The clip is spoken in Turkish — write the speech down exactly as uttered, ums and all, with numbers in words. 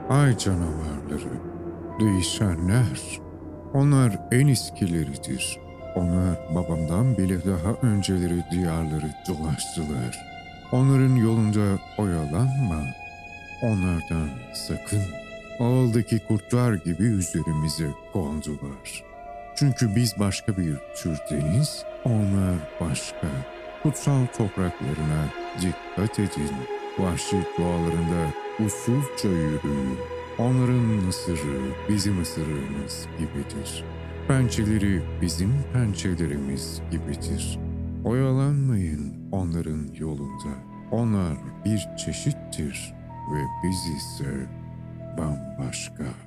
Ay canavarları, değişenler. Onlar en eskileridir. Onlar babamdan bile daha önceleri diyarları dolaştılar. Onların yolunda oyalanma. Onlardan sakın. Ağıldaki kurtlar gibi üzerimize kondular. Çünkü biz başka bir türdeniz, onlar başka. Kutsal topraklarına dikkat edin. Vahşi doğalarında usulca yürüyün. Onların mısırı bizim mısırımız gibidir. Pençeleri bizim pençelerimiz gibidir. Oyalanmayın onların yolunda. Onlar bir çeşittir ve biz ise bambaşka.